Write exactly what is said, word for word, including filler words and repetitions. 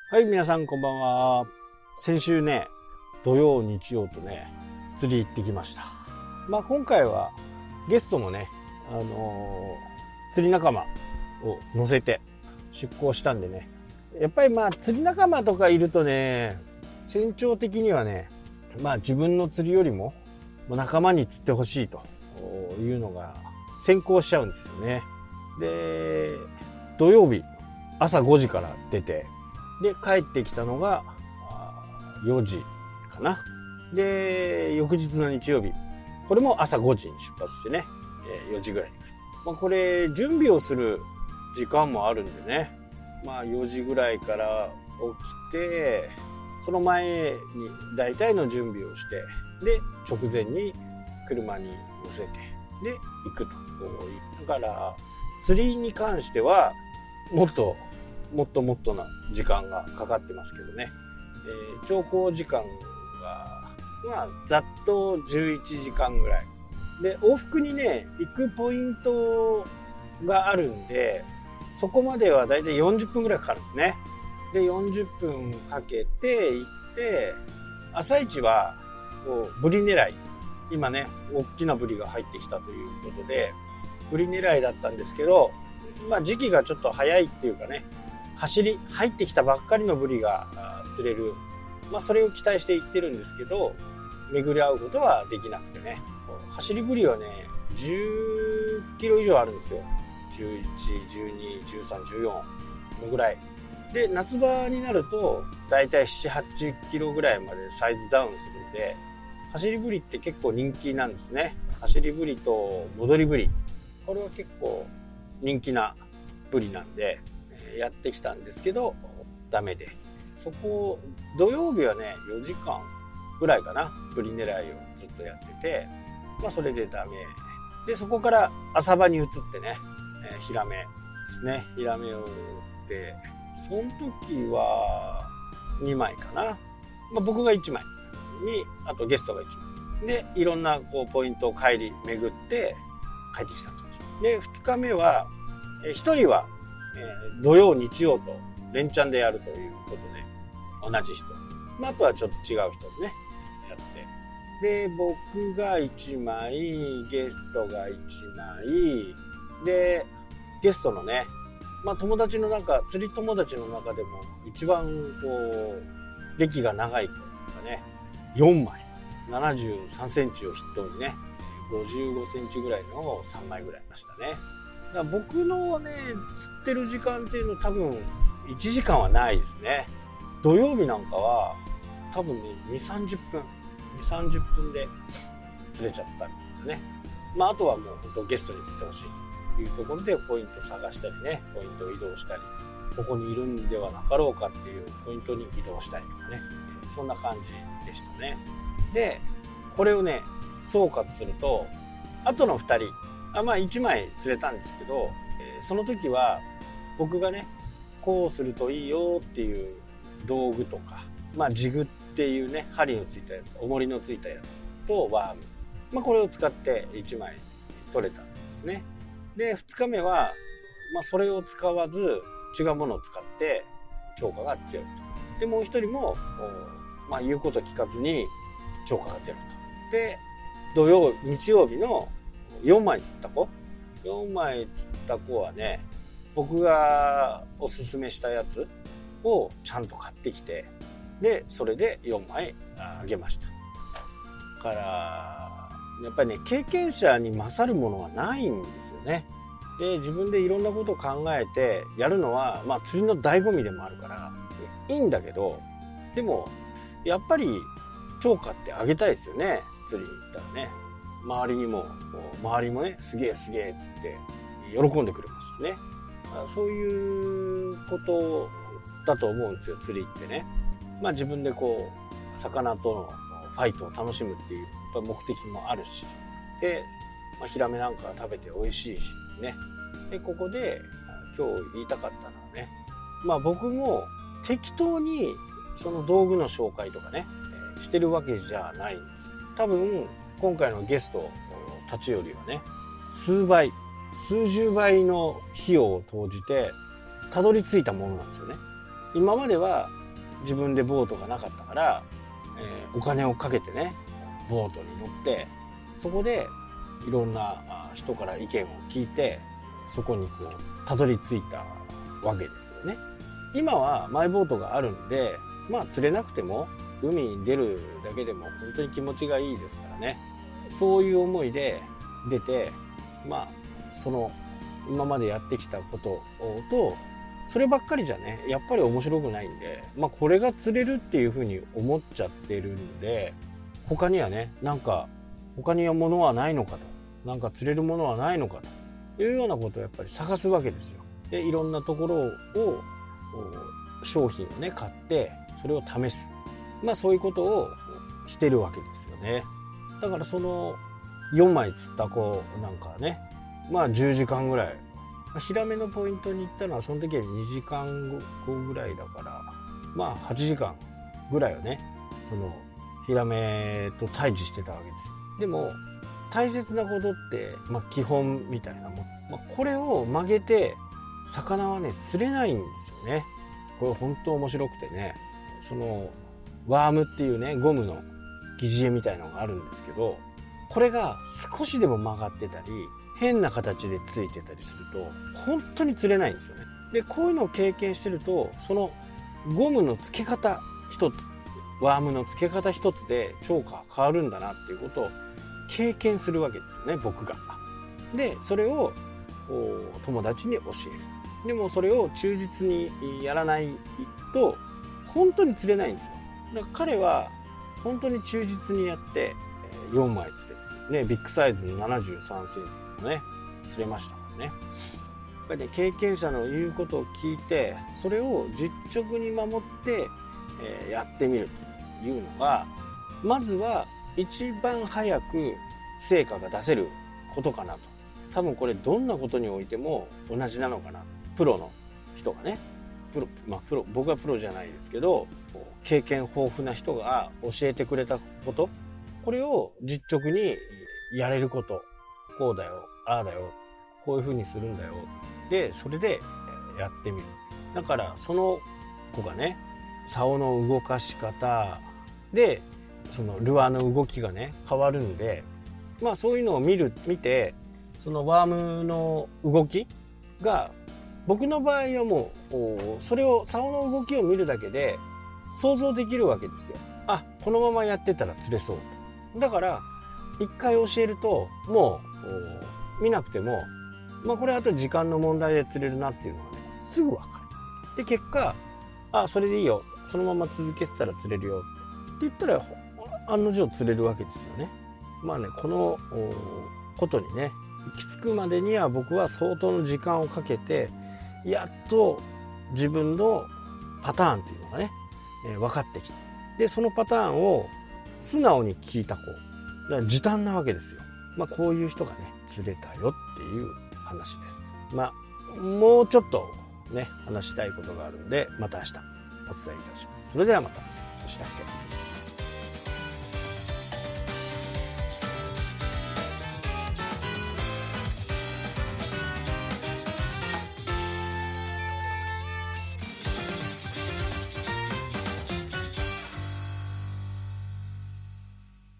はい、皆さんこんばんは。先週ね、土曜、日曜とね、釣り行ってきました。まあ今回はゲストもね、あのー、釣り仲間を乗せて出港したんでね、やっぱりまあ釣り仲間とかいるとね、船長的にはね、まあ自分の釣りよりも仲間に釣ってほしいというのが先行しちゃうんですよね。で、土曜日朝ごじから出て、で帰ってきたのがよじかな。で翌日の日曜日、これも朝ごじに出発してね、よじぐらいに、まあ、これ準備をする時間もあるんでね、まあよじぐらいから起きて、その前に大体の準備をして、で直前に車に乗せてで行くと。だから釣りに関してはもっともっともっとな時間がかかってますけどね、えー、長航時間がまあざっとじゅういちじかんぐらいで、往復にね行くポイントがあるんで、そこまではだいたいよんじゅっぷんぐらいかかるんですね。でよんじゅっぷんかけて行って、朝一はこうブリ狙い、今ね大きなブリが入ってきたということでブリ狙いだったんですけど、まあ時期がちょっと早いっていうかね、走り入ってきたばっかりのブリが釣れる、まあそれを期待していってるんですけど、巡り合うことはできなくてね、走りブリはねじゅっキロ以上あるんですよ。じゅういち、じゅうに、じゅうさん、じゅうよんのぐらいで、夏場になるとだいたいなな、はちキロぐらいまでサイズダウンするんで、走りブリって結構人気なんですね。走りブリと戻りブリ、これは結構人気なブリなんでやってきたんですけどダメで、そこ土曜日はねよじかんぐらいかな、ブリ狙いをずっとやってて、まあそれでダメで、そこから浅場に移ってね、えー、ヒラメですね、ヒラメを打って、その時はにまいかな、まあ、僕がいちまいに、あとゲストがいちまいで、いろんなこうポイントを帰り巡って帰ってきた時で、ふつかめはひとりはえー、土曜日曜と連チャンでやるということで同じ人、まあ、あとはちょっと違う人でねやって、で僕がいちまい、ゲストがいちまいで、ゲストのね、まあ友達の中、釣り友達の中でも一番こう歴が長い子がねよんまい、ななじゅうさんセンチを筆頭にねごじゅうごセンチぐらいのをさんまいぐらいましたね。だから僕のね釣ってる時間っていうの多分いちじかんはないですね。土曜日なんかは多分ねに、さんじゅっぷんに、さんじゅっぷんで釣れちゃったみたいなね。まああとはもう本当ゲストに釣ってほしいというところでポイント探したりね、ポイントを移動したり、ここにいるんではなかろうかっていうポイントに移動したりとかね、そんな感じでしたね。でこれをね総括すると、あとのふたり、あまあいちまい釣れたんですけど、えー、その時は僕がねこうするといいよっていう道具とか、まあジグっていうね針のついたやつ、重りのついたやつとワーム、まあ、これを使っていちまい取れたんですね。でふつかめは、まあ、それを使わず違うものを使って釣果が強いと。でもう一人も、まあ、言うこと聞かずに釣果が強いと。で土曜日曜日のよんまい釣った子、よんまい釣った子はね、僕がおすすめしたやつをちゃんと買ってきて、でそれでよんまいあげました。だからやっぱりね経験者に勝るものはないんですよね。で自分でいろんなことを考えてやるのは、まあ、釣りの醍醐味でもあるからいいんだけど、でもやっぱり釣果ってあげたいですよね。釣りに行ったらね、周りにも周りもねすげえすげえっつって喜んでくれますしね。そういうことだと思うんですよ、釣りってね。まあ自分でこう魚とのファイトを楽しむっていう目的もあるし、で、まあ、ヒラメなんか食べて美味しいしね。でここで今日言いたかったのはね、まあ僕も適当にその道具の紹介とかねしてるわけじゃないんです。多分今回のゲストたちよりはね数倍数十倍の費用を投じてたどり着いたものなんですよね。今までは自分でボートがなかったから、えー、お金をかけてねボートに乗ってそこでいろんな人から意見を聞いてそこにこうたどり着いたわけですよね。今はマイボートがあるんでまあ釣れなくても海に出るだけでも本当に気持ちがいいですからね。そういう思いで出てまあその今までやってきたこととそればっかりじゃねやっぱり面白くないんで、まあ、これが釣れるっていうふうに思っちゃってるんで他にはねなんか他にはものはないのかとなんか釣れるものはないのかというようなことをやっぱり探すわけですよ。でいろんなところを商品をね買ってそれを試すまあそういうことをしてるわけですよね。だからそのよんまい釣った子なんかねまあじゅうじかんぐらいヒラメのポイントに行ったのはその時はにじかんごぐらいだからまあはちじかんぐらいはねそのヒラメと対峙してたわけですよ。でも大切なことって、まあ、基本みたいなもん、まあ、これを曲げて魚はね釣れないんですよね。これ本当面白くてねそのワームっていうねゴムの疑似餌みたいなのがあるんですけどこれが少しでも曲がってたり変な形でついてたりすると本当に釣れないんですよね。でこういうのを経験してるとそのゴムの付け方一つワームの付け方一つで釣果変わるんだなっていうことを経験するわけですよね僕が。でそれを友達に教える。でもそれを忠実にやらないと本当に釣れないんですよ。だから彼は本当に忠実にやってよんまい釣れて、ね、ビッグサイズのななじゅうさんセンチのね釣れましたからね。やっぱりね経験者の言うことを聞いてそれを実直に守って、えー、やってみるというのがまずは一番早く成果が出せることかなと。多分これどんなことにおいても同じなのかな。プロの人がねプロ、まあ、プロ僕はプロじゃないですけど経験豊富な人が教えてくれたことこれを実直にやれることこうだよああだよこういう風にするんだよでそれでやってみる。だからその子がね竿の動かし方でそのルアーの動きがね変わるんでまあそういうのを見る見てそのワームの動きが僕の場合はもうそれを竿の動きを見るだけで想像できるわけですよ。あこのままやってたら釣れそうと。だから一回教えるともう見なくてもまあこれあと時間の問題で釣れるなっていうのがねすぐ分かる。で結果あそれでいいよそのまま続けてたら釣れるよって言ったら案の定釣れるわけですよね。まあねこのことにね行き着くまでには僕は相当の時間をかけてやっと自分のパターンっていうのがね、えー、分かってきてでそのパターンを素直に聞いた子だから時短なわけですよ。まあこういう人がね釣れたよっていう話です。まあもうちょっとね話したいことがあるんでまた明日お伝えいたします。それではまた。そしたっけ